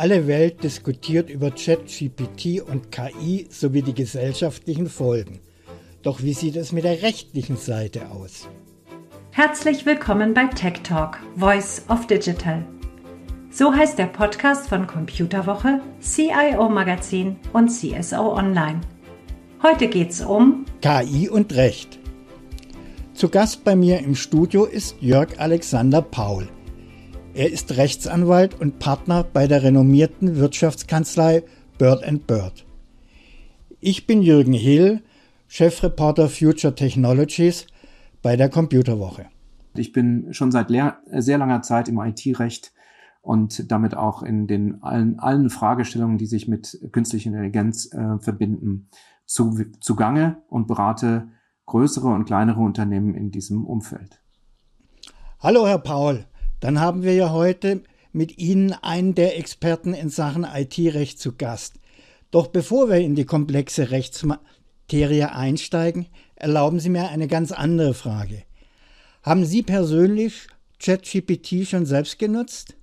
Alle Welt diskutiert über ChatGPT und KI sowie die gesellschaftlichen Folgen. Doch wie sieht es mit der rechtlichen Seite aus? Herzlich willkommen bei Tech Talk, Voice of Digital. So heißt der Podcast von Computerwoche, CIO Magazin und CSO Online. Heute geht's um KI und Recht. Zu Gast bei mir im Studio ist Jörg Alexander Paul. Er ist Rechtsanwalt und Partner bei der renommierten Wirtschaftskanzlei Bird & Bird. Ich bin Jürgen Hill, Chefreporter Future Technologies bei der Computerwoche. Ich bin schon seit sehr langer Zeit im IT-Recht und damit auch in den allen Fragestellungen, die sich mit künstlicher Intelligenz verbinden, zugange und berate größere und kleinere Unternehmen in diesem Umfeld. Hallo Herr Paul, dann haben wir ja heute mit Ihnen einen der Experten in Sachen IT-Recht zu Gast. Doch bevor wir in die komplexe Rechtsmaterie einsteigen, erlauben Sie mir eine ganz andere Frage. Haben Sie persönlich ChatGPT schon selbst genutzt?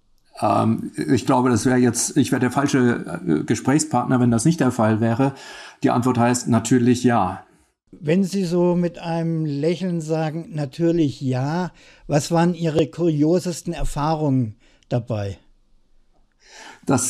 Ich glaube, ich wäre der falsche Gesprächspartner, wenn das nicht der Fall wäre. Die Antwort heißt natürlich ja. Wenn Sie so mit einem Lächeln sagen, natürlich ja, was waren Ihre kuriosesten Erfahrungen dabei? Das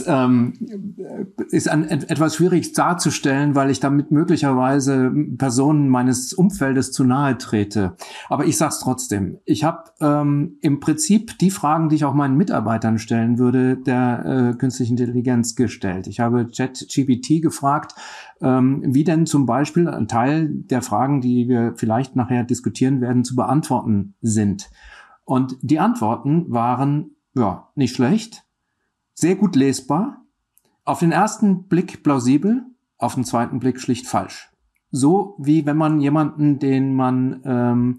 ist etwas schwierig darzustellen, weil ich damit möglicherweise Personen meines Umfeldes zu nahe trete. Aber ich sage es trotzdem. Ich habe im Prinzip die Fragen, die ich auch meinen Mitarbeitern stellen würde, der künstlichen Intelligenz gestellt. Ich habe ChatGPT gefragt, wie denn zum Beispiel ein Teil der Fragen, die wir vielleicht nachher diskutieren werden, zu beantworten sind. Und die Antworten waren, ja, nicht schlecht. Sehr gut lesbar, auf den ersten Blick plausibel, auf den zweiten Blick schlicht falsch. So wie wenn man jemanden, den man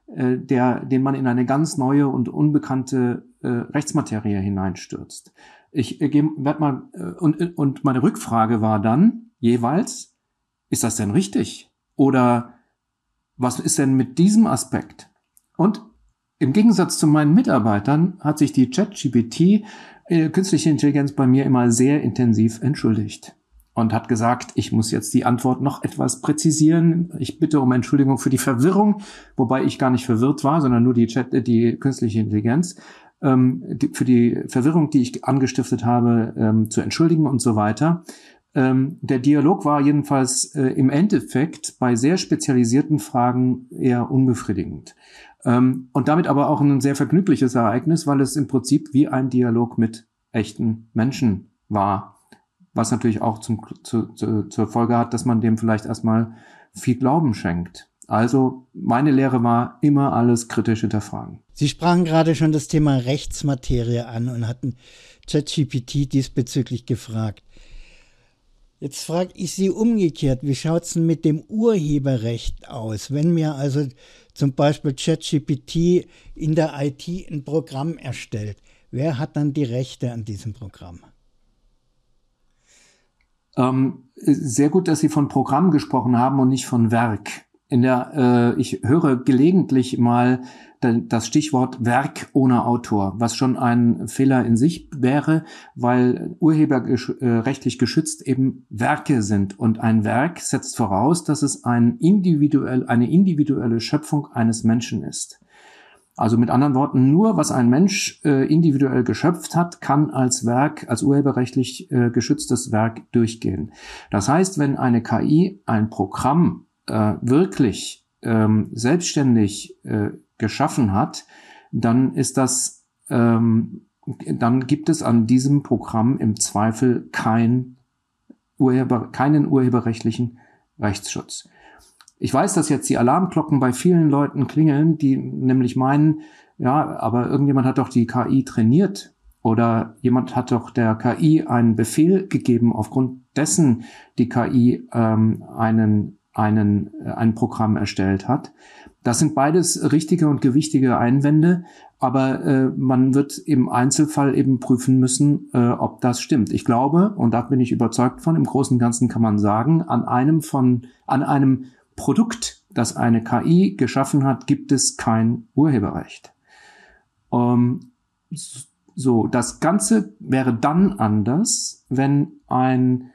in eine ganz neue und unbekannte Rechtsmaterie hineinstürzt. Und meine Rückfrage war dann jeweils: Ist das denn richtig? Oder was ist denn mit diesem Aspekt? Und im Gegensatz zu meinen Mitarbeitern hat sich die ChatGPT künstliche Intelligenz bei mir immer sehr intensiv entschuldigt und hat gesagt, ich muss jetzt die Antwort noch etwas präzisieren. Ich bitte um Entschuldigung für die Verwirrung, wobei ich gar nicht verwirrt war, sondern nur die künstliche Intelligenz, für die Verwirrung, die ich angestiftet habe, zu entschuldigen und so weiter. Der Dialog war jedenfalls im Endeffekt bei sehr spezialisierten Fragen eher unbefriedigend. Und damit aber auch ein sehr vergnügliches Ereignis, weil es im Prinzip wie ein Dialog mit echten Menschen war, was natürlich auch zur Folge hat, dass man dem vielleicht erstmal viel Glauben schenkt. Also meine Lehre war, immer alles kritisch hinterfragen. Sie sprachen gerade schon das Thema Rechtsmaterie an und hatten ChatGPT diesbezüglich gefragt. Jetzt frage ich Sie umgekehrt, wie schaut es denn mit dem Urheberrecht aus? Wenn mir also zum Beispiel ChatGPT in der IT ein Programm erstellt, wer hat dann die Rechte an diesem Programm? Sehr gut, dass Sie von Programm gesprochen haben und nicht von Werk. Ich höre gelegentlich mal das Stichwort Werk ohne Autor, was schon ein Fehler in sich wäre, weil urheberrechtlich geschützt eben Werke sind. Und ein Werk setzt voraus, dass es eine individuelle Schöpfung eines Menschen ist. Also mit anderen Worten, nur was ein Mensch individuell geschöpft hat, kann als Werk, als urheberrechtlich geschütztes Werk durchgehen. Das heißt, wenn eine KI ein Programm wirklich selbstständig geschaffen hat, dann gibt es an diesem Programm im Zweifel keinen urheberrechtlichen Rechtsschutz. Ich weiß, dass jetzt die Alarmglocken bei vielen Leuten klingeln, die nämlich meinen, ja, aber irgendjemand hat doch die KI trainiert oder jemand hat doch der KI einen Befehl gegeben, aufgrund dessen die KI ein Programm erstellt hat. Das sind beides richtige und gewichtige Einwände, aber man wird im Einzelfall eben prüfen müssen, ob das stimmt. Ich glaube, und da bin ich überzeugt von, im Großen und Ganzen kann man sagen, an einem Produkt, das eine KI geschaffen hat, gibt es kein Urheberrecht. So, das Ganze wäre dann anders, wenn eine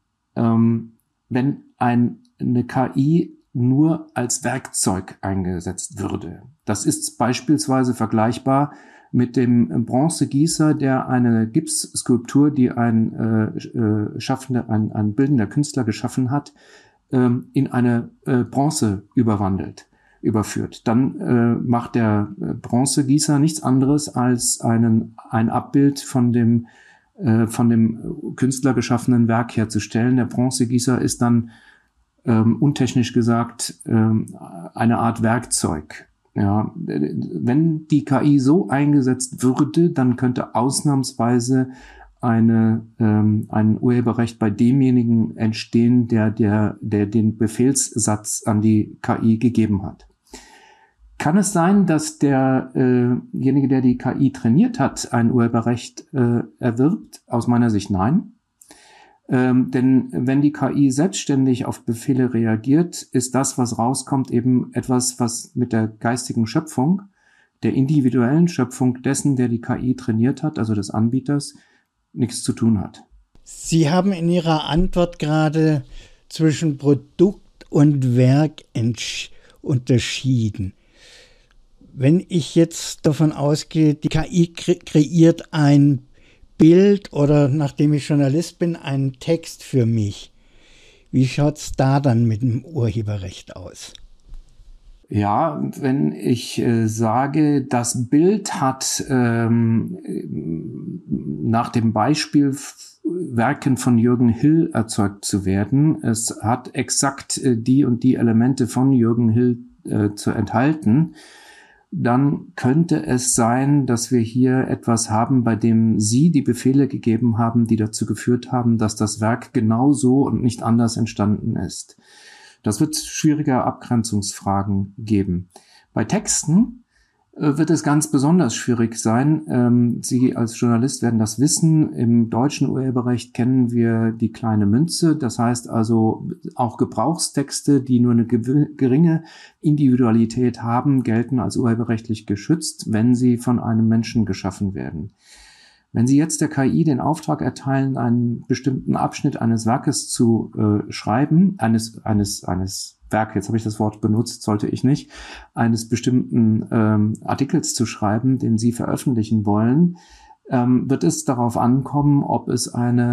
KI nur als Werkzeug eingesetzt würde. Das ist beispielsweise vergleichbar mit dem Bronzegießer, der eine Gipsskulptur, die ein bildender Künstler geschaffen hat, in eine Bronze überführt. Dann macht der Bronzegießer nichts anderes als ein Abbild von dem Künstler geschaffenen Werk herzustellen. Der Bronzegießer ist dann untechnisch gesagt eine Art Werkzeug. Ja, wenn die KI so eingesetzt würde, dann könnte ausnahmsweise ein Urheberrecht bei demjenigen entstehen, der den Befehlssatz an die KI gegeben hat. Kann es sein, dass derjenige, der die KI trainiert hat, ein Urheberrecht erwirbt? Aus meiner Sicht nein. Denn wenn die KI selbstständig auf Befehle reagiert, ist das, was rauskommt, eben etwas, was mit der geistigen Schöpfung, der individuellen Schöpfung dessen, der die KI trainiert hat, also des Anbieters, nichts zu tun hat. Sie haben in Ihrer Antwort gerade zwischen Produkt und Werk unterschieden. Wenn ich jetzt davon ausgehe, die KI kreiert ein Bild oder, nachdem ich Journalist bin, einen Text für mich, wie schaut es da dann mit dem Urheberrecht aus? Ja, wenn ich sage, das Bild hat nach dem Beispiel Werken von Jürgen Hill erzeugt zu werden, es hat exakt die und die Elemente von Jürgen Hill zu enthalten, dann könnte es sein, dass wir hier etwas haben, bei dem Sie die Befehle gegeben haben, die dazu geführt haben, dass das Werk genau so und nicht anders entstanden ist. Das wird schwierige Abgrenzungsfragen geben. Bei Texten wird es ganz besonders schwierig sein. Sie als Journalist werden das wissen. Im deutschen Urheberrecht kennen wir die kleine Münze. Das heißt also, auch Gebrauchstexte, die nur eine geringe Individualität haben, gelten als urheberrechtlich geschützt, wenn sie von einem Menschen geschaffen werden. Wenn Sie jetzt der KI den Auftrag erteilen, einen bestimmten Abschnitt eines Werkes zu schreiben, eines Werk, jetzt habe ich das Wort benutzt, sollte ich nicht, eines bestimmten Artikels zu schreiben, den Sie veröffentlichen wollen, wird es darauf ankommen, ob es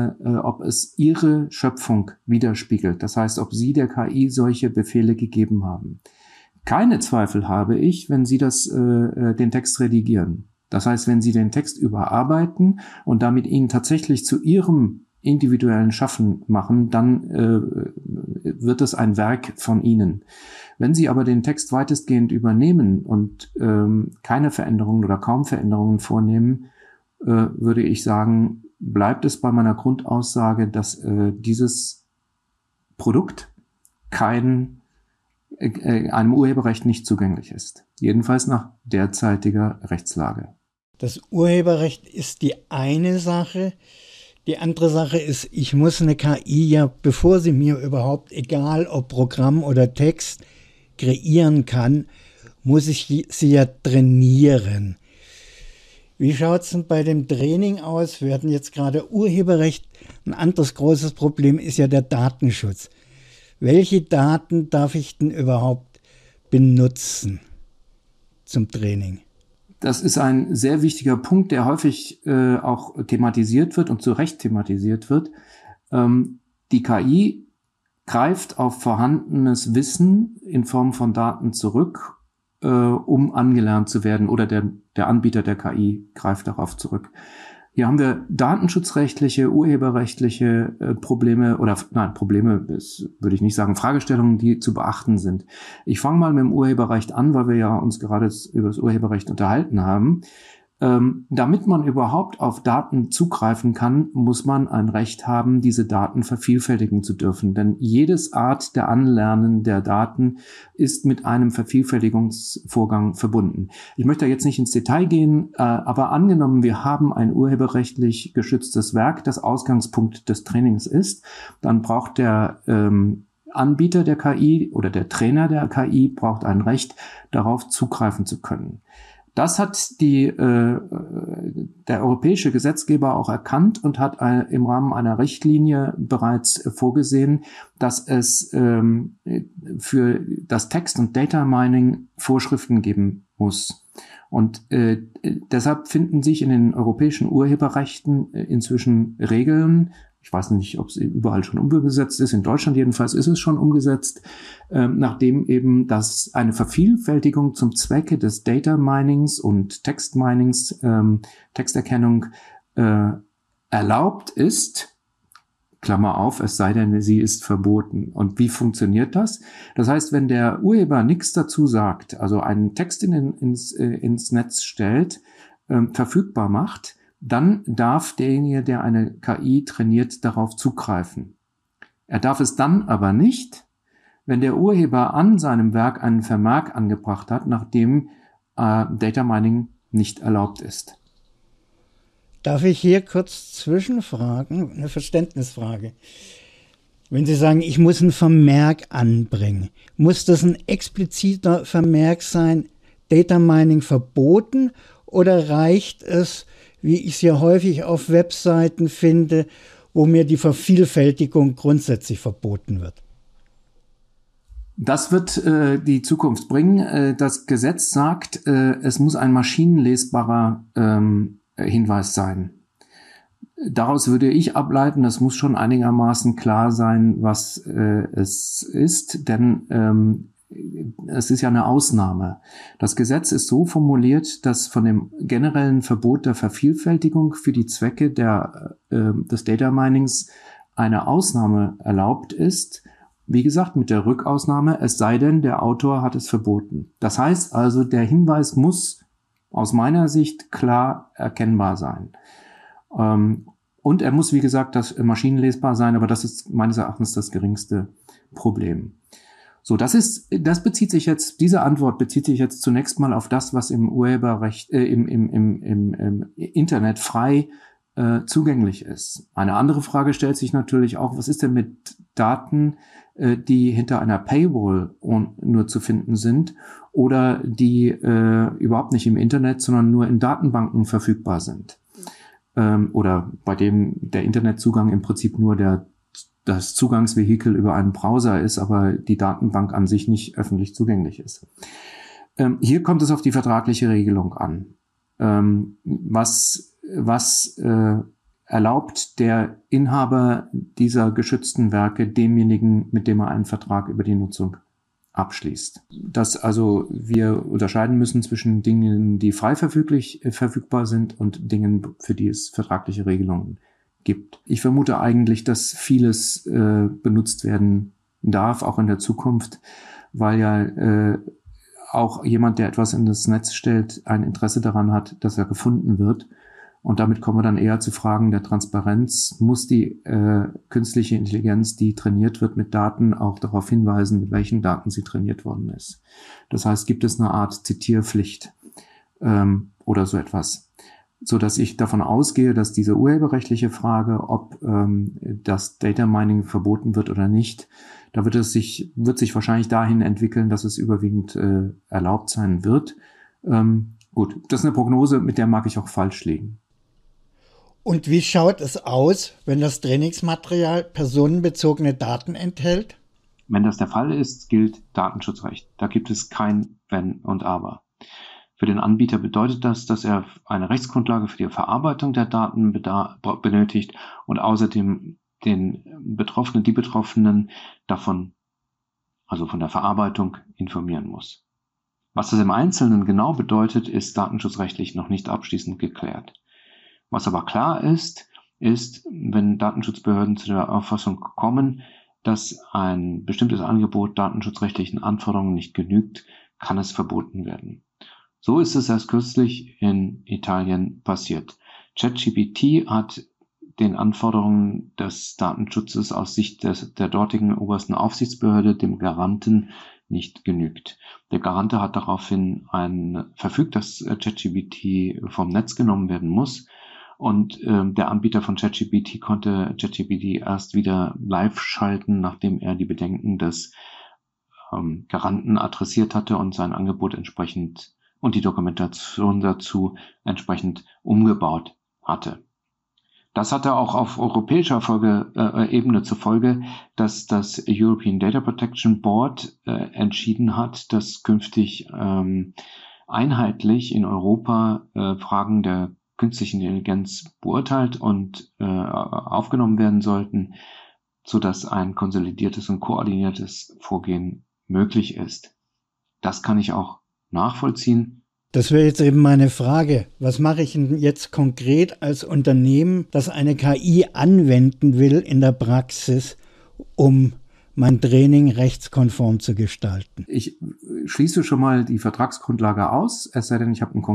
Ihre Schöpfung widerspiegelt. Das heißt, ob Sie der KI solche Befehle gegeben haben. Keine Zweifel habe ich, wenn Sie den Text redigieren. Das heißt, wenn Sie den Text überarbeiten und damit ihn tatsächlich zu Ihrem individuellen Schaffen machen, dann wird es ein Werk von Ihnen. Wenn Sie aber den Text weitestgehend übernehmen und keine Veränderungen oder kaum Veränderungen vornehmen, würde ich sagen, bleibt es bei meiner Grundaussage, dass dieses Produkt einem Urheberrecht nicht zugänglich ist. Jedenfalls nach derzeitiger Rechtslage. Das Urheberrecht ist die eine Sache. Die andere Sache ist, ich muss eine KI ja, bevor sie mir überhaupt, egal ob Programm oder Text, kreieren kann, muss ich sie ja trainieren. Wie schaut es denn bei dem Training aus? Wir hatten jetzt gerade Urheberrecht. Ein anderes großes Problem ist ja der Datenschutz. Welche Daten darf ich denn überhaupt benutzen zum Training? Das ist ein sehr wichtiger Punkt, der häufig auch thematisiert wird und zu Recht thematisiert wird. Die KI greift auf vorhandenes Wissen in Form von Daten zurück, um angelernt zu werden, oder der Anbieter der KI greift darauf zurück. Hier haben wir datenschutzrechtliche, urheberrechtliche Probleme, das würde ich nicht sagen, Fragestellungen, die zu beachten sind. Ich fange mal mit dem Urheberrecht an, weil wir ja uns gerade über das Urheberrecht unterhalten haben. Damit man überhaupt auf Daten zugreifen kann, muss man ein Recht haben, diese Daten vervielfältigen zu dürfen. Denn jedes Art der Anlernen der Daten ist mit einem Vervielfältigungsvorgang verbunden. Ich möchte jetzt nicht ins Detail gehen, aber angenommen, wir haben ein urheberrechtlich geschütztes Werk, das Ausgangspunkt des Trainings ist, dann braucht der Anbieter der KI oder der Trainer der KI braucht ein Recht, darauf zugreifen zu können. Das hat der europäische Gesetzgeber auch erkannt und hat im Rahmen einer Richtlinie bereits vorgesehen, dass es für das Text- und Data Mining Vorschriften geben muss. Und deshalb finden sich in den europäischen Urheberrechten inzwischen Regeln. Ich weiß nicht, ob es überall schon umgesetzt ist. In Deutschland jedenfalls ist es schon umgesetzt, nachdem eben das eine Vervielfältigung zum Zwecke des Data Minings und Text Minings, Texterkennung erlaubt ist, Klammer auf, es sei denn, sie ist verboten. Und wie funktioniert das? Das heißt, wenn der Urheber nichts dazu sagt, also einen Text ins Netz stellt, verfügbar macht, dann darf derjenige, der eine KI trainiert, darauf zugreifen. Er darf es dann aber nicht, wenn der Urheber an seinem Werk einen Vermerk angebracht hat, nachdem Data Mining nicht erlaubt ist. Darf ich hier kurz zwischenfragen? Eine Verständnisfrage. Wenn Sie sagen, ich muss einen Vermerk anbringen, muss das ein expliziter Vermerk sein, Data Mining verboten, oder reicht es, wie ich es ja häufig auf Webseiten finde, wo mir die Vervielfältigung grundsätzlich verboten wird? Das wird die Zukunft bringen. Das Gesetz sagt, es muss ein maschinenlesbarer Hinweis sein. Daraus würde ich ableiten, es muss schon einigermaßen klar sein, was es ist, denn es ist ja eine Ausnahme. Das Gesetz ist so formuliert, dass von dem generellen Verbot der Vervielfältigung für die Zwecke des Data Minings eine Ausnahme erlaubt ist. Wie gesagt, mit der Rückausnahme, es sei denn, der Autor hat es verboten. Das heißt also, der Hinweis muss aus meiner Sicht klar erkennbar sein. Und er muss, wie gesagt, das maschinenlesbar sein, aber das ist meines Erachtens das geringste Problem. So, diese Antwort bezieht sich jetzt zunächst mal auf das, was im Urheberrecht, im Internet frei zugänglich ist. Eine andere Frage stellt sich natürlich auch, was ist denn mit Daten, die hinter einer Paywall nur zu finden sind oder die überhaupt nicht im Internet, sondern nur in Datenbanken verfügbar sind. Oder bei dem der Internetzugang im Prinzip nur das Zugangsvehikel über einen Browser ist, aber die Datenbank an sich nicht öffentlich zugänglich ist. Hier kommt es auf die vertragliche Regelung an. Was erlaubt der Inhaber dieser geschützten Werke demjenigen, mit dem er einen Vertrag über die Nutzung abschließt. Dass also wir unterscheiden müssen zwischen Dingen, die frei verfügbar sind und Dingen, für die es vertragliche Regelungen gibt. Ich vermute eigentlich, dass vieles benutzt werden darf, auch in der Zukunft, weil ja auch jemand, der etwas in das Netz stellt, ein Interesse daran hat, dass er gefunden wird. Und damit kommen wir dann eher zu Fragen der Transparenz. Muss die künstliche Intelligenz, die trainiert wird mit Daten, auch darauf hinweisen, mit welchen Daten sie trainiert worden ist? Das heißt, gibt es eine Art Zitierpflicht oder so etwas, so dass ich davon ausgehe, dass diese urheberrechtliche Frage, ob das Data Mining verboten wird oder nicht, da wird sich wahrscheinlich dahin entwickeln, dass es überwiegend erlaubt sein wird. Gut, das ist eine Prognose, mit der mag ich auch falsch liegen. Und wie schaut es aus, wenn das Trainingsmaterial personenbezogene Daten enthält? Wenn das der Fall ist, gilt Datenschutzrecht. Da gibt es kein Wenn und Aber. Für den Anbieter bedeutet das, dass er eine Rechtsgrundlage für die Verarbeitung der Daten benötigt und außerdem die Betroffenen davon, also von der Verarbeitung, informieren muss. Was das im Einzelnen genau bedeutet, ist datenschutzrechtlich noch nicht abschließend geklärt. Was aber klar ist, wenn Datenschutzbehörden zu der Auffassung kommen, dass ein bestimmtes Angebot datenschutzrechtlichen Anforderungen nicht genügt, kann es verboten werden. So ist es erst kürzlich in Italien passiert. ChatGPT hat den Anforderungen des Datenschutzes aus Sicht der dortigen obersten Aufsichtsbehörde, dem Garanten, nicht genügt. Der Garante hat daraufhin verfügt, dass ChatGPT vom Netz genommen werden muss. Und der Anbieter von ChatGPT konnte ChatGPT erst wieder live schalten, nachdem er die Bedenken des Garanten adressiert hatte und sein Angebot entsprechend und die Dokumentation dazu entsprechend umgebaut hatte. Das hatte auch auf europäischer Ebene zur Folge, dass das European Data Protection Board entschieden hat, dass künftig einheitlich in Europa Fragen der künstlichen Intelligenz beurteilt und aufgenommen werden sollten, sodass ein konsolidiertes und koordiniertes Vorgehen möglich ist. Das kann ich auch nachvollziehen. Das wäre jetzt eben meine Frage. Was mache ich denn jetzt konkret als Unternehmen, das eine KI anwenden will in der Praxis, um mein Training rechtskonform zu gestalten? Ich schließe schon mal die Vertragsgrundlage aus, es sei denn, ich habe ein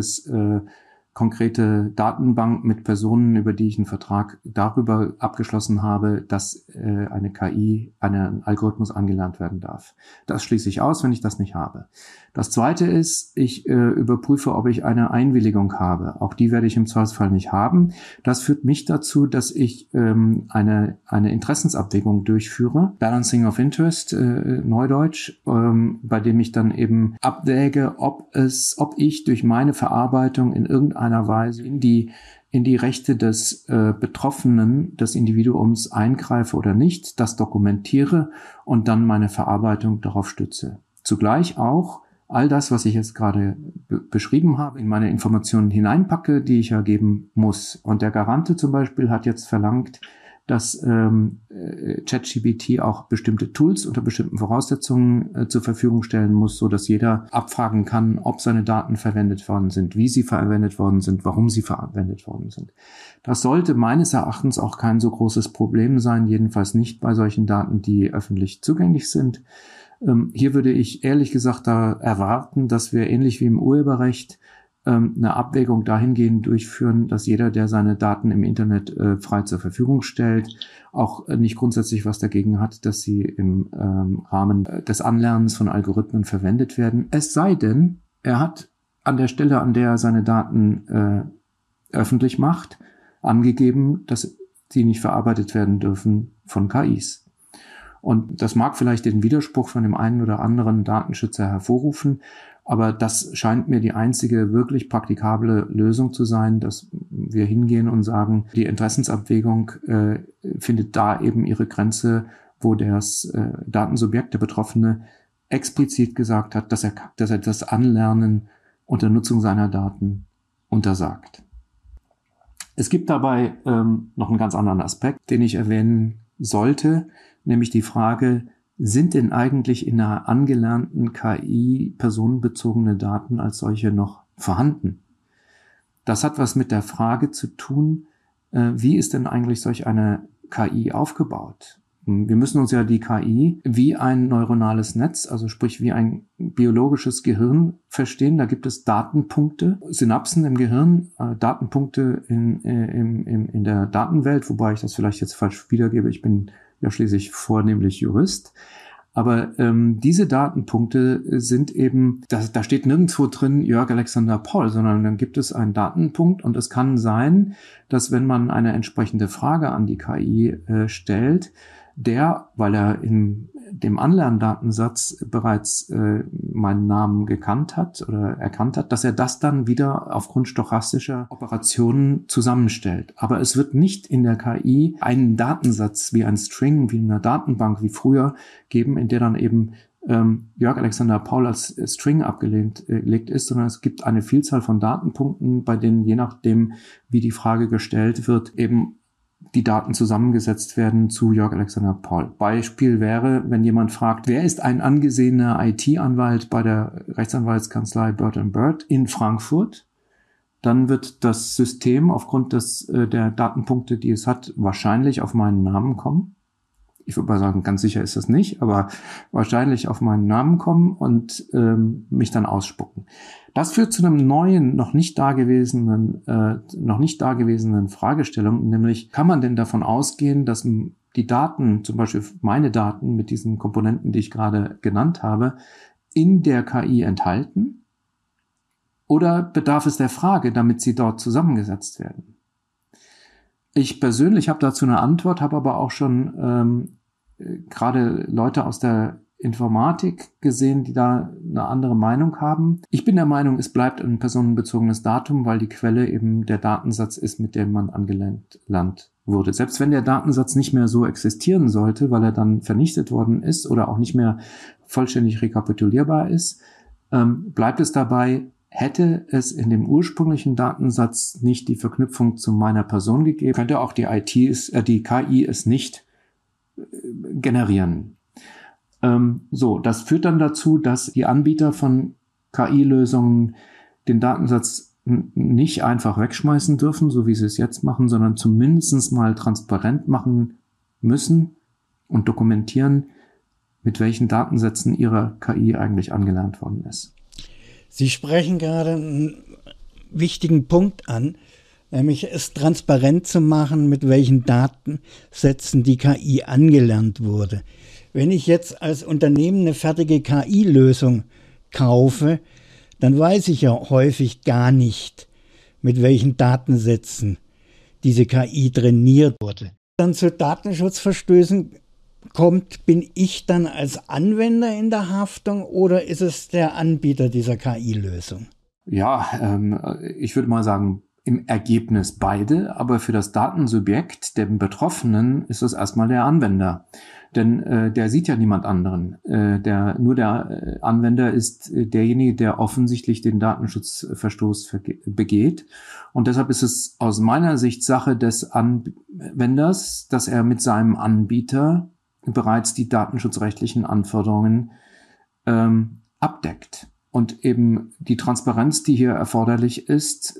konkrete Datenbank mit Personen, über die ich einen Vertrag darüber abgeschlossen habe, dass eine KI, ein Algorithmus angelernt werden darf. Das schließe ich aus, wenn ich das nicht habe. Das Zweite ist, ich überprüfe, ob ich eine Einwilligung habe. Auch die werde ich im Zweifelsfall nicht haben. Das führt mich dazu, dass ich eine Interessensabwägung durchführe, Balancing of Interest, Neudeutsch, bei dem ich dann eben abwäge, ob ich durch meine Verarbeitung in irgendeiner Weise in die Rechte des Betroffenen, des Individuums eingreife oder nicht, das dokumentiere und dann meine Verarbeitung darauf stütze. Zugleich auch all das, was ich jetzt gerade beschrieben habe, in meine Informationen hineinpacke, die ich ja geben muss. Und der Garante zum Beispiel hat jetzt verlangt, dass ChatGPT auch bestimmte Tools unter bestimmten Voraussetzungen zur Verfügung stellen muss, so dass jeder abfragen kann, ob seine Daten verwendet worden sind, wie sie verwendet worden sind, warum sie verwendet worden sind. Das sollte meines Erachtens auch kein so großes Problem sein, jedenfalls nicht bei solchen Daten, die öffentlich zugänglich sind. Hier würde ich ehrlich gesagt da erwarten, dass wir ähnlich wie im Urheberrecht eine Abwägung dahingehend durchführen, dass jeder, der seine Daten im Internet frei zur Verfügung stellt, auch nicht grundsätzlich was dagegen hat, dass sie im Rahmen des Anlernens von Algorithmen verwendet werden. Es sei denn, er hat an der Stelle, an der er seine Daten öffentlich macht, angegeben, dass sie nicht verarbeitet werden dürfen von KIs. Und das mag vielleicht den Widerspruch von dem einen oder anderen Datenschützer hervorrufen, aber das scheint mir die einzige wirklich praktikable Lösung zu sein, dass wir hingehen und sagen, die Interessensabwägung findet da eben ihre Grenze, wo das Datensubjekt, der Betroffene, explizit gesagt hat, dass er das Anlernen unter Nutzung seiner Daten untersagt. Es gibt dabei noch einen ganz anderen Aspekt, den ich erwähnen sollte, nämlich die Frage, sind denn eigentlich in einer angelernten KI personenbezogene Daten als solche noch vorhanden? Das hat was mit der Frage zu tun, wie ist denn eigentlich solch eine KI aufgebaut? Wir müssen uns ja die KI wie ein neuronales Netz, also sprich wie ein biologisches Gehirn verstehen. Da gibt es Datenpunkte, Synapsen im Gehirn, Datenpunkte in der Datenwelt, wobei ich das vielleicht jetzt falsch wiedergebe. Ich bin ja schließlich vornehmlich Jurist. Aber diese Datenpunkte sind eben, da steht nirgendwo drin Jörg Alexander Paul, sondern dann gibt es einen Datenpunkt und es kann sein, dass wenn man eine entsprechende Frage an die KI stellt, weil er in dem Anlerndatensatz bereits meinen Namen gekannt hat oder erkannt hat, dass er das dann wieder aufgrund stochastischer Operationen zusammenstellt. Aber es wird nicht in der KI einen Datensatz wie ein String, wie in einer Datenbank wie früher geben, in der dann eben Jörg Alexander Paul als String abgelegt ist, sondern es gibt eine Vielzahl von Datenpunkten, bei denen je nachdem, wie die Frage gestellt wird, eben die Daten zusammengesetzt werden zu Jörg Alexander Paul. Beispiel wäre, wenn jemand fragt, wer ist ein angesehener IT-Anwalt bei der Rechtsanwaltskanzlei Bird & Bird in Frankfurt, dann wird das System aufgrund der Datenpunkte, die es hat, wahrscheinlich auf meinen Namen kommen. Ich würde mal sagen, ganz sicher ist das nicht, aber wahrscheinlich auf meinen Namen kommen und mich dann ausspucken. Das führt zu einem neuen, noch nicht dagewesenen Fragestellung, nämlich kann man denn davon ausgehen, dass die Daten, zum Beispiel meine Daten mit diesen Komponenten, die ich gerade genannt habe, in der KI enthalten? Oder bedarf es der Frage, damit sie dort zusammengesetzt werden? Ich persönlich habe dazu eine Antwort, habe aber auch schon gerade Leute aus der Informatik gesehen, die da eine andere Meinung haben. Ich bin der Meinung, es bleibt ein personenbezogenes Datum, weil die Quelle eben der Datensatz ist, mit dem man angelernt wurde. Selbst wenn der Datensatz nicht mehr so existieren sollte, weil er dann vernichtet worden ist oder auch nicht mehr vollständig rekapitulierbar ist, bleibt es dabei, hätte es in dem ursprünglichen Datensatz nicht die Verknüpfung zu meiner Person gegeben, könnte auch die KI es nicht generieren. Das führt dann dazu, dass die Anbieter von KI-Lösungen den Datensatz nicht einfach wegschmeißen dürfen, so wie sie es jetzt machen, sondern zumindest mal transparent machen müssen und dokumentieren, mit welchen Datensätzen ihre KI eigentlich angelernt worden ist. Sie sprechen gerade einen wichtigen Punkt an, nämlich es transparent zu machen, mit welchen Datensätzen die KI angelernt wurde. Wenn ich jetzt als Unternehmen eine fertige KI-Lösung kaufe, dann weiß ich ja häufig gar nicht, mit welchen Datensätzen diese KI trainiert wurde. Dann zu Datenschutzverstößen kommt, bin ich dann als Anwender in der Haftung oder ist es der Anbieter dieser KI-Lösung? Ja, ich würde mal sagen, im Ergebnis beide, aber für das Datensubjekt, den Betroffenen, ist es erstmal der Anwender. Denn der sieht ja niemand anderen. Nur der Anwender ist derjenige, der offensichtlich den Datenschutzverstoß begeht. Und deshalb ist es aus meiner Sicht Sache des Anwenders, dass er mit seinem Anbieter bereits die datenschutzrechtlichen Anforderungen abdeckt. Und eben die Transparenz, die hier erforderlich ist,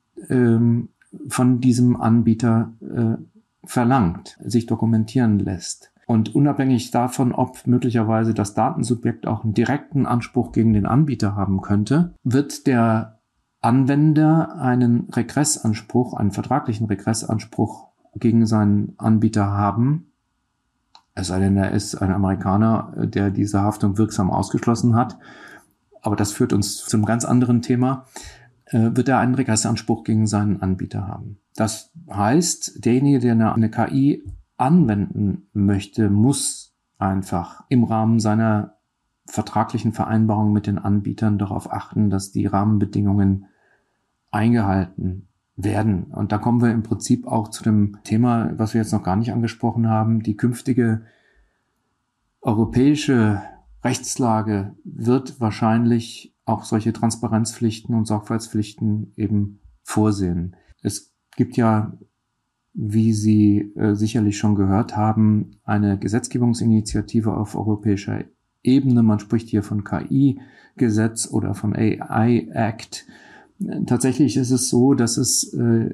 von diesem Anbieter verlangt, sich dokumentieren lässt. Und unabhängig davon, ob möglicherweise das Datensubjekt auch einen direkten Anspruch gegen den Anbieter haben könnte, wird der Anwender einen Regressanspruch, einen vertraglichen Regressanspruch gegen seinen Anbieter haben. Es sei denn, er ist ein Amerikaner, der diese Haftung wirksam ausgeschlossen hat. Aber das führt uns zu einem ganz anderen Thema. Wird er einen Regressanspruch gegen seinen Anbieter haben. Das heißt, derjenige, der eine KI anwenden möchte, muss einfach im Rahmen seiner vertraglichen Vereinbarung mit den Anbietern darauf achten, dass die Rahmenbedingungen eingehalten werden. Und da kommen wir im Prinzip auch zu dem Thema, was wir jetzt noch gar nicht angesprochen haben. Die künftige europäische Rechtslage wird wahrscheinlich auch solche Transparenzpflichten und Sorgfaltspflichten eben vorsehen. Es gibt ja, wie Sie sicherlich schon gehört haben, eine Gesetzgebungsinitiative auf europäischer Ebene. Man spricht hier von KI-Gesetz oder von AI-Act. Tatsächlich ist es so, dass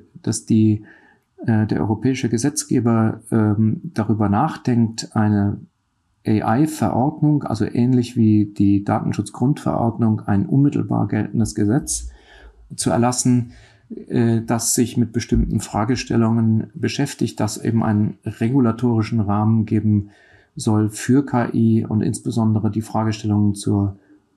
der europäische Gesetzgeber darüber nachdenkt, eine AI-Verordnung, also ähnlich wie die Datenschutzgrundverordnung, ein unmittelbar geltendes Gesetz zu erlassen, das sich mit bestimmten Fragestellungen beschäftigt, das eben einen regulatorischen Rahmen geben soll für KI und insbesondere die Fragestellungen zur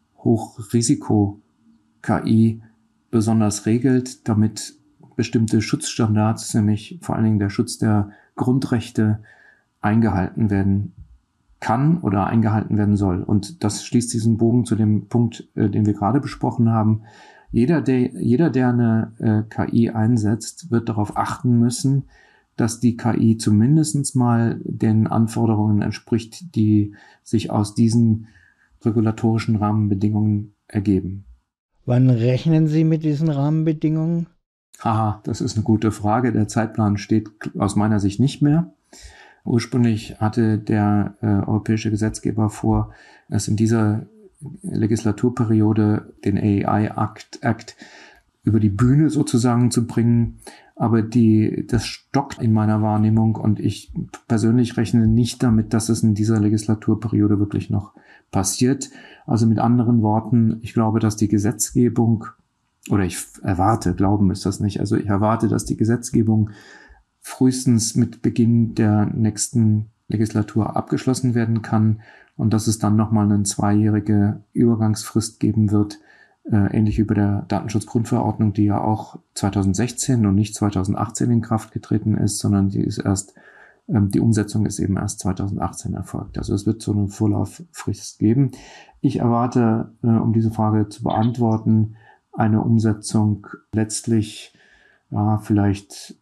Hochrisiko-KI besonders regelt, damit bestimmte Schutzstandards, nämlich vor allen Dingen der Schutz der Grundrechte, eingehalten werden kann oder eingehalten werden soll. Und das schließt diesen Bogen zu dem Punkt, den wir gerade besprochen haben. Jeder, der eine KI einsetzt, wird darauf achten müssen, dass die KI zumindest mal den Anforderungen entspricht, die sich aus diesen regulatorischen Rahmenbedingungen ergeben. Wann rechnen Sie mit diesen Rahmenbedingungen? Das ist eine gute Frage. Der Zeitplan steht aus meiner Sicht nicht mehr. Ursprünglich hatte der europäische Gesetzgeber vor, es in dieser Legislaturperiode den AI-Act über die Bühne sozusagen zu bringen. Aber das stockt in meiner Wahrnehmung und ich persönlich rechne nicht damit, dass es in dieser Legislaturperiode wirklich noch passiert. Also mit anderen Worten, ich glaube, dass die Gesetzgebung, oder ich erwarte, glauben ist das nicht, also ich erwarte, dass die Gesetzgebung frühestens mit Beginn der nächsten Legislatur abgeschlossen werden kann und dass es dann nochmal eine 2-jährige Übergangsfrist geben wird, ähnlich wie bei der Datenschutzgrundverordnung, die ja auch 2016 und nicht 2018 in Kraft getreten ist, sondern die ist erst Die Umsetzung ist eben erst 2018 erfolgt. Also es wird so eine Vorlauffrist geben. Ich erwarte, um diese Frage zu beantworten, eine Umsetzung letztlich vielleicht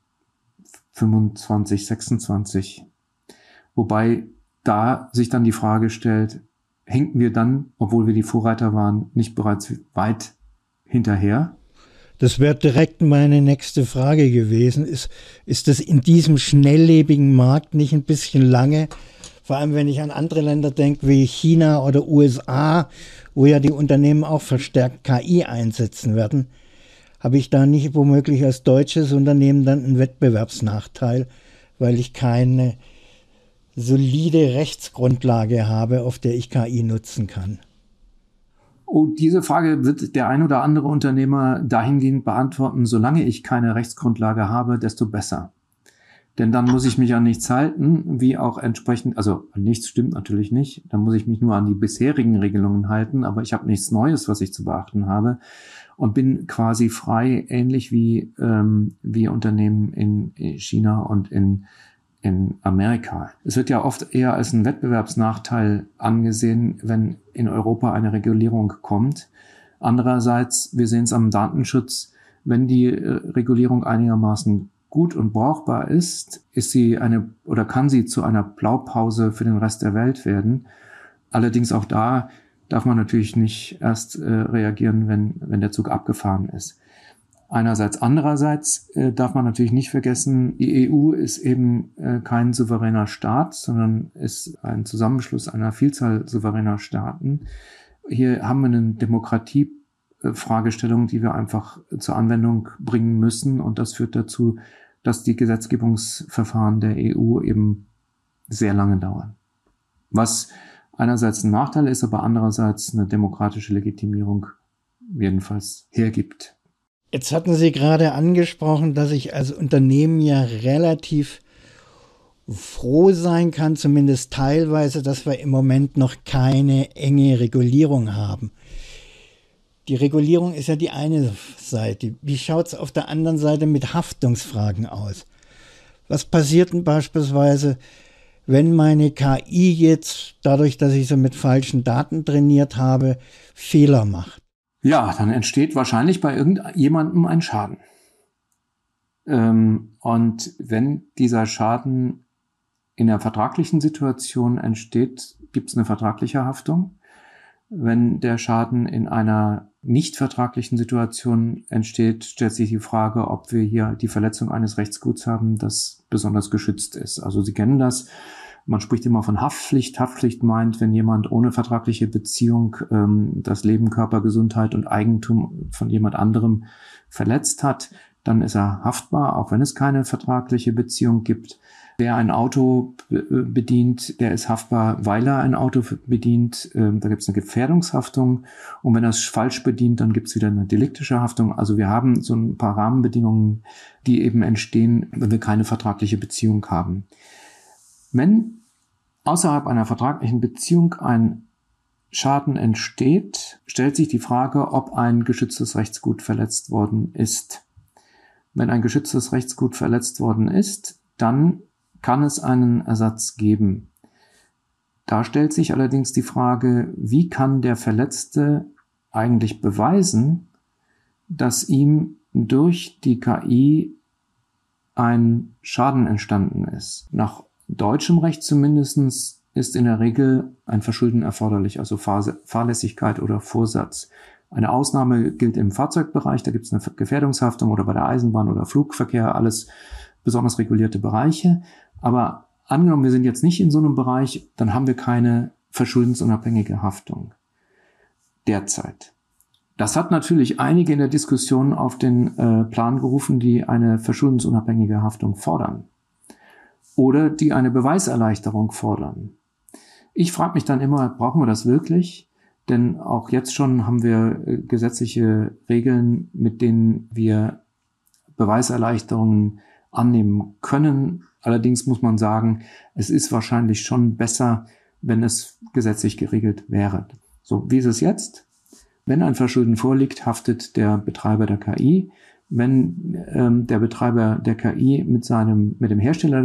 25, 26. Wobei da sich dann die Frage stellt, hinken wir dann, obwohl wir die Vorreiter waren, nicht bereits weit hinterher? Das wäre direkt meine nächste Frage gewesen. Ist das in diesem schnelllebigen Markt nicht ein bisschen lange? Vor allem, wenn ich an andere Länder denke, wie China oder USA, wo ja die Unternehmen auch verstärkt KI einsetzen werden, habe ich da nicht womöglich als deutsches Unternehmen dann einen Wettbewerbsnachteil, weil ich keine solide Rechtsgrundlage habe, auf der ich KI nutzen kann? Oh, diese Frage wird der ein oder andere Unternehmer dahingehend beantworten, solange ich keine Rechtsgrundlage habe, desto besser. Denn dann muss ich mich an nichts halten, wie auch entsprechend, also nichts stimmt natürlich nicht, dann muss ich mich nur an die bisherigen Regelungen halten, aber ich habe nichts Neues, was ich zu beachten habe und bin quasi frei, ähnlich wie Unternehmen in China und in Amerika. Es wird ja oft eher als ein Wettbewerbsnachteil angesehen, wenn in Europa eine Regulierung kommt. Andererseits, wir sehen es am Datenschutz, wenn die Regulierung einigermaßen gut und brauchbar ist sie kann sie zu einer Blaupause für den Rest der Welt werden. Allerdings auch da darf man natürlich nicht erst reagieren, wenn der Zug abgefahren ist. Andererseits darf man natürlich nicht vergessen, die EU ist eben kein souveräner Staat, sondern ist ein Zusammenschluss einer Vielzahl souveräner Staaten. Hier haben wir eine Demokratiefragestellung, die wir einfach zur Anwendung bringen müssen. Und das führt dazu, dass die Gesetzgebungsverfahren der EU eben sehr lange dauern. Was einerseits ein Nachteil ist, aber andererseits eine demokratische Legitimierung jedenfalls hergibt. Jetzt hatten Sie gerade angesprochen, dass ich als Unternehmen ja relativ froh sein kann, zumindest teilweise, dass wir im Moment noch keine enge Regulierung haben. Die Regulierung ist ja die eine Seite. Wie schaut es auf der anderen Seite mit Haftungsfragen aus? Was passiert denn beispielsweise, wenn meine KI jetzt, dadurch, dass ich sie mit falschen Daten trainiert habe, Fehler macht? Ja, dann entsteht wahrscheinlich bei irgendjemandem ein Schaden. Und wenn dieser Schaden in der vertraglichen Situation entsteht, gibt es eine vertragliche Haftung. Wenn der Schaden in einer nicht vertraglichen Situation entsteht, stellt sich die Frage, ob wir hier die Verletzung eines Rechtsguts haben, das besonders geschützt ist. Also Sie kennen das. Man spricht immer von Haftpflicht. Haftpflicht meint, wenn jemand ohne vertragliche Beziehung das Leben, Körper, Gesundheit und Eigentum von jemand anderem verletzt hat, dann ist er haftbar, auch wenn es keine vertragliche Beziehung gibt. Wer ein Auto bedient, der ist haftbar, weil er ein Auto bedient. Da gibt es eine Gefährdungshaftung. Und wenn er es falsch bedient, dann gibt es wieder eine deliktische Haftung. Also wir haben so ein paar Rahmenbedingungen, die eben entstehen, wenn wir keine vertragliche Beziehung haben. Wenn außerhalb einer vertraglichen Beziehung ein Schaden entsteht, stellt sich die Frage, ob ein geschütztes Rechtsgut verletzt worden ist. Wenn ein geschütztes Rechtsgut verletzt worden ist, dann kann es einen Ersatz geben. Da stellt sich allerdings die Frage, wie kann der Verletzte eigentlich beweisen, dass ihm durch die KI ein Schaden entstanden ist? Nach deutschem Recht zumindest ist in der Regel ein Verschulden erforderlich, also Fahrlässigkeit oder Vorsatz. Eine Ausnahme gilt im Fahrzeugbereich, da gibt es eine Gefährdungshaftung oder bei der Eisenbahn oder Flugverkehr, alles besonders regulierte Bereiche. Aber angenommen, wir sind jetzt nicht in so einem Bereich, dann haben wir keine verschuldensunabhängige Haftung derzeit. Das hat natürlich einige in der Diskussion auf den Plan gerufen, die eine verschuldensunabhängige Haftung fordern oder die eine Beweiserleichterung fordern. Ich frage mich dann immer, brauchen wir das wirklich? Denn auch jetzt schon haben wir gesetzliche Regeln, mit denen wir Beweiserleichterungen annehmen können. Allerdings muss man sagen, es ist wahrscheinlich schon besser, wenn es gesetzlich geregelt wäre. So, wie ist es jetzt? Wenn ein Verschulden vorliegt, haftet der Betreiber der KI. Wenn der Betreiber der KI mit dem Hersteller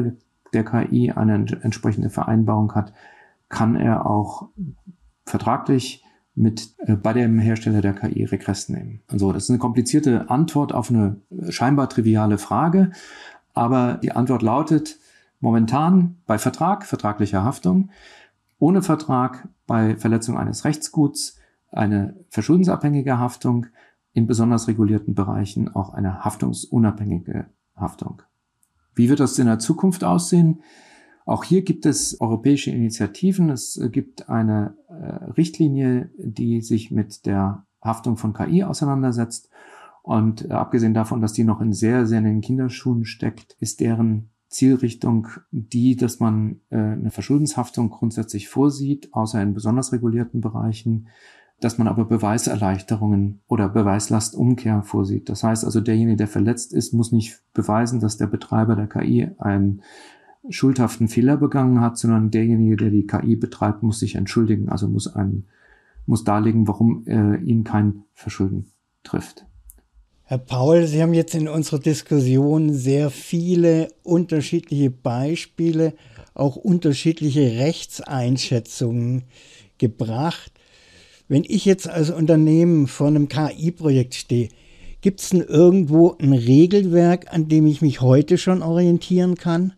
der KI eine entsprechende Vereinbarung hat, kann er auch vertraglich bei dem Hersteller der KI Regress nehmen. Also das ist eine komplizierte Antwort auf eine scheinbar triviale Frage, aber die Antwort lautet momentan bei Vertrag, vertraglicher Haftung, ohne Vertrag bei Verletzung eines Rechtsguts eine verschuldensabhängige Haftung, in besonders regulierten Bereichen auch eine haftungsunabhängige Haftung. Wie wird das in der Zukunft aussehen? Auch hier gibt es europäische Initiativen. Es gibt eine Richtlinie, die sich mit der Haftung von KI auseinandersetzt. Und abgesehen davon, dass die noch in sehr, sehr in den Kinderschuhen steckt, ist deren Zielrichtung die, dass man eine Verschuldenshaftung grundsätzlich vorsieht, außer in besonders regulierten Bereichen, dass man aber Beweiserleichterungen oder Beweislastumkehr vorsieht. Das heißt also, derjenige, der verletzt ist, muss nicht beweisen, dass der Betreiber der KI einen schuldhaften Fehler begangen hat, sondern derjenige, der die KI betreibt, muss sich entschuldigen, also muss darlegen, warum ihn kein Verschulden trifft. Herr Paul, Sie haben jetzt in unserer Diskussion sehr viele unterschiedliche Beispiele, auch unterschiedliche Rechtseinschätzungen gebracht. Wenn ich jetzt als Unternehmen vor einem KI-Projekt stehe, gibt es denn irgendwo ein Regelwerk, an dem ich mich heute schon orientieren kann?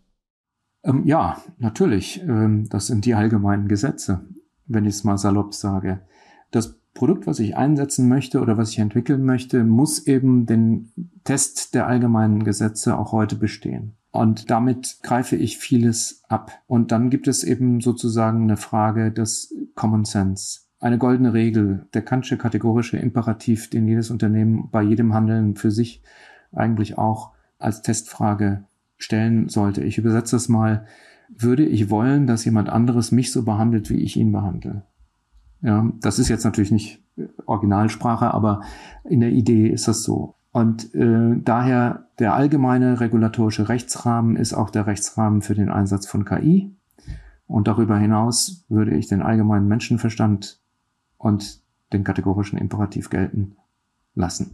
Ja, natürlich. Das sind die allgemeinen Gesetze, wenn ich es mal salopp sage. Das Produkt, was ich einsetzen möchte oder was ich entwickeln möchte, muss eben den Test der allgemeinen Gesetze auch heute bestehen. Und damit greife ich vieles ab. Und dann gibt es eben sozusagen eine Frage des Common Sense. Eine goldene Regel, der Kantsche kategorische Imperativ, den jedes Unternehmen bei jedem Handeln für sich eigentlich auch als Testfrage stellen sollte. Ich übersetze das mal: Würde ich wollen, dass jemand anderes mich so behandelt, wie ich ihn behandle? Ja, das ist jetzt natürlich nicht Originalsprache, aber in der Idee ist das so. Und daher der allgemeine regulatorische Rechtsrahmen ist auch der Rechtsrahmen für den Einsatz von KI. Und darüber hinaus würde ich den allgemeinen Menschenverstand und den kategorischen Imperativ gelten lassen.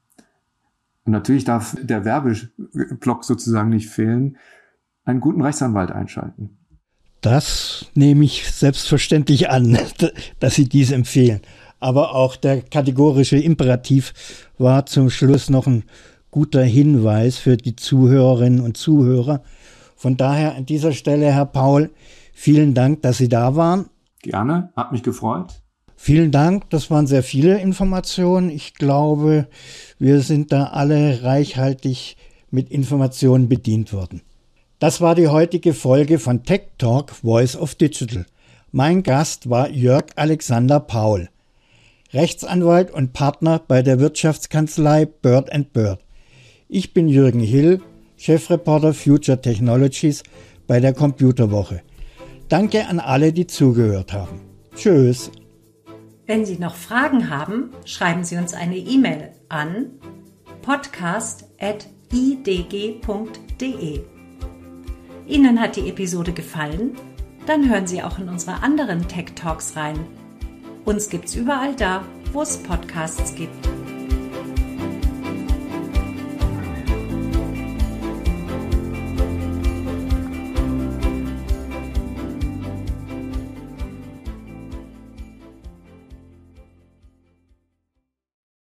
Und natürlich darf der Werbeblock sozusagen nicht fehlen: einen guten Rechtsanwalt einschalten. Das nehme ich selbstverständlich an, dass Sie dies empfehlen. Aber auch der kategorische Imperativ war zum Schluss noch ein guter Hinweis für die Zuhörerinnen und Zuhörer. Von daher an dieser Stelle, Herr Paul, vielen Dank, dass Sie da waren. Gerne, hat mich gefreut. Vielen Dank, das waren sehr viele Informationen. Ich glaube, wir sind da alle reichhaltig mit Informationen bedient worden. Das war die heutige Folge von Tech Talk Voice of Digital. Mein Gast war Jörg Alexander Paul, Rechtsanwalt und Partner bei der Wirtschaftskanzlei Bird & Bird. Ich bin Jürgen Hill, Chefreporter Future Technologies bei der Computerwoche. Danke an alle, die zugehört haben. Tschüss. Wenn Sie noch Fragen haben, schreiben Sie uns eine E-Mail an podcast@idg.de. Ihnen hat die Episode gefallen? Dann hören Sie auch in unsere anderen Tech Talks rein. Uns gibt's überall da, wo es Podcasts gibt.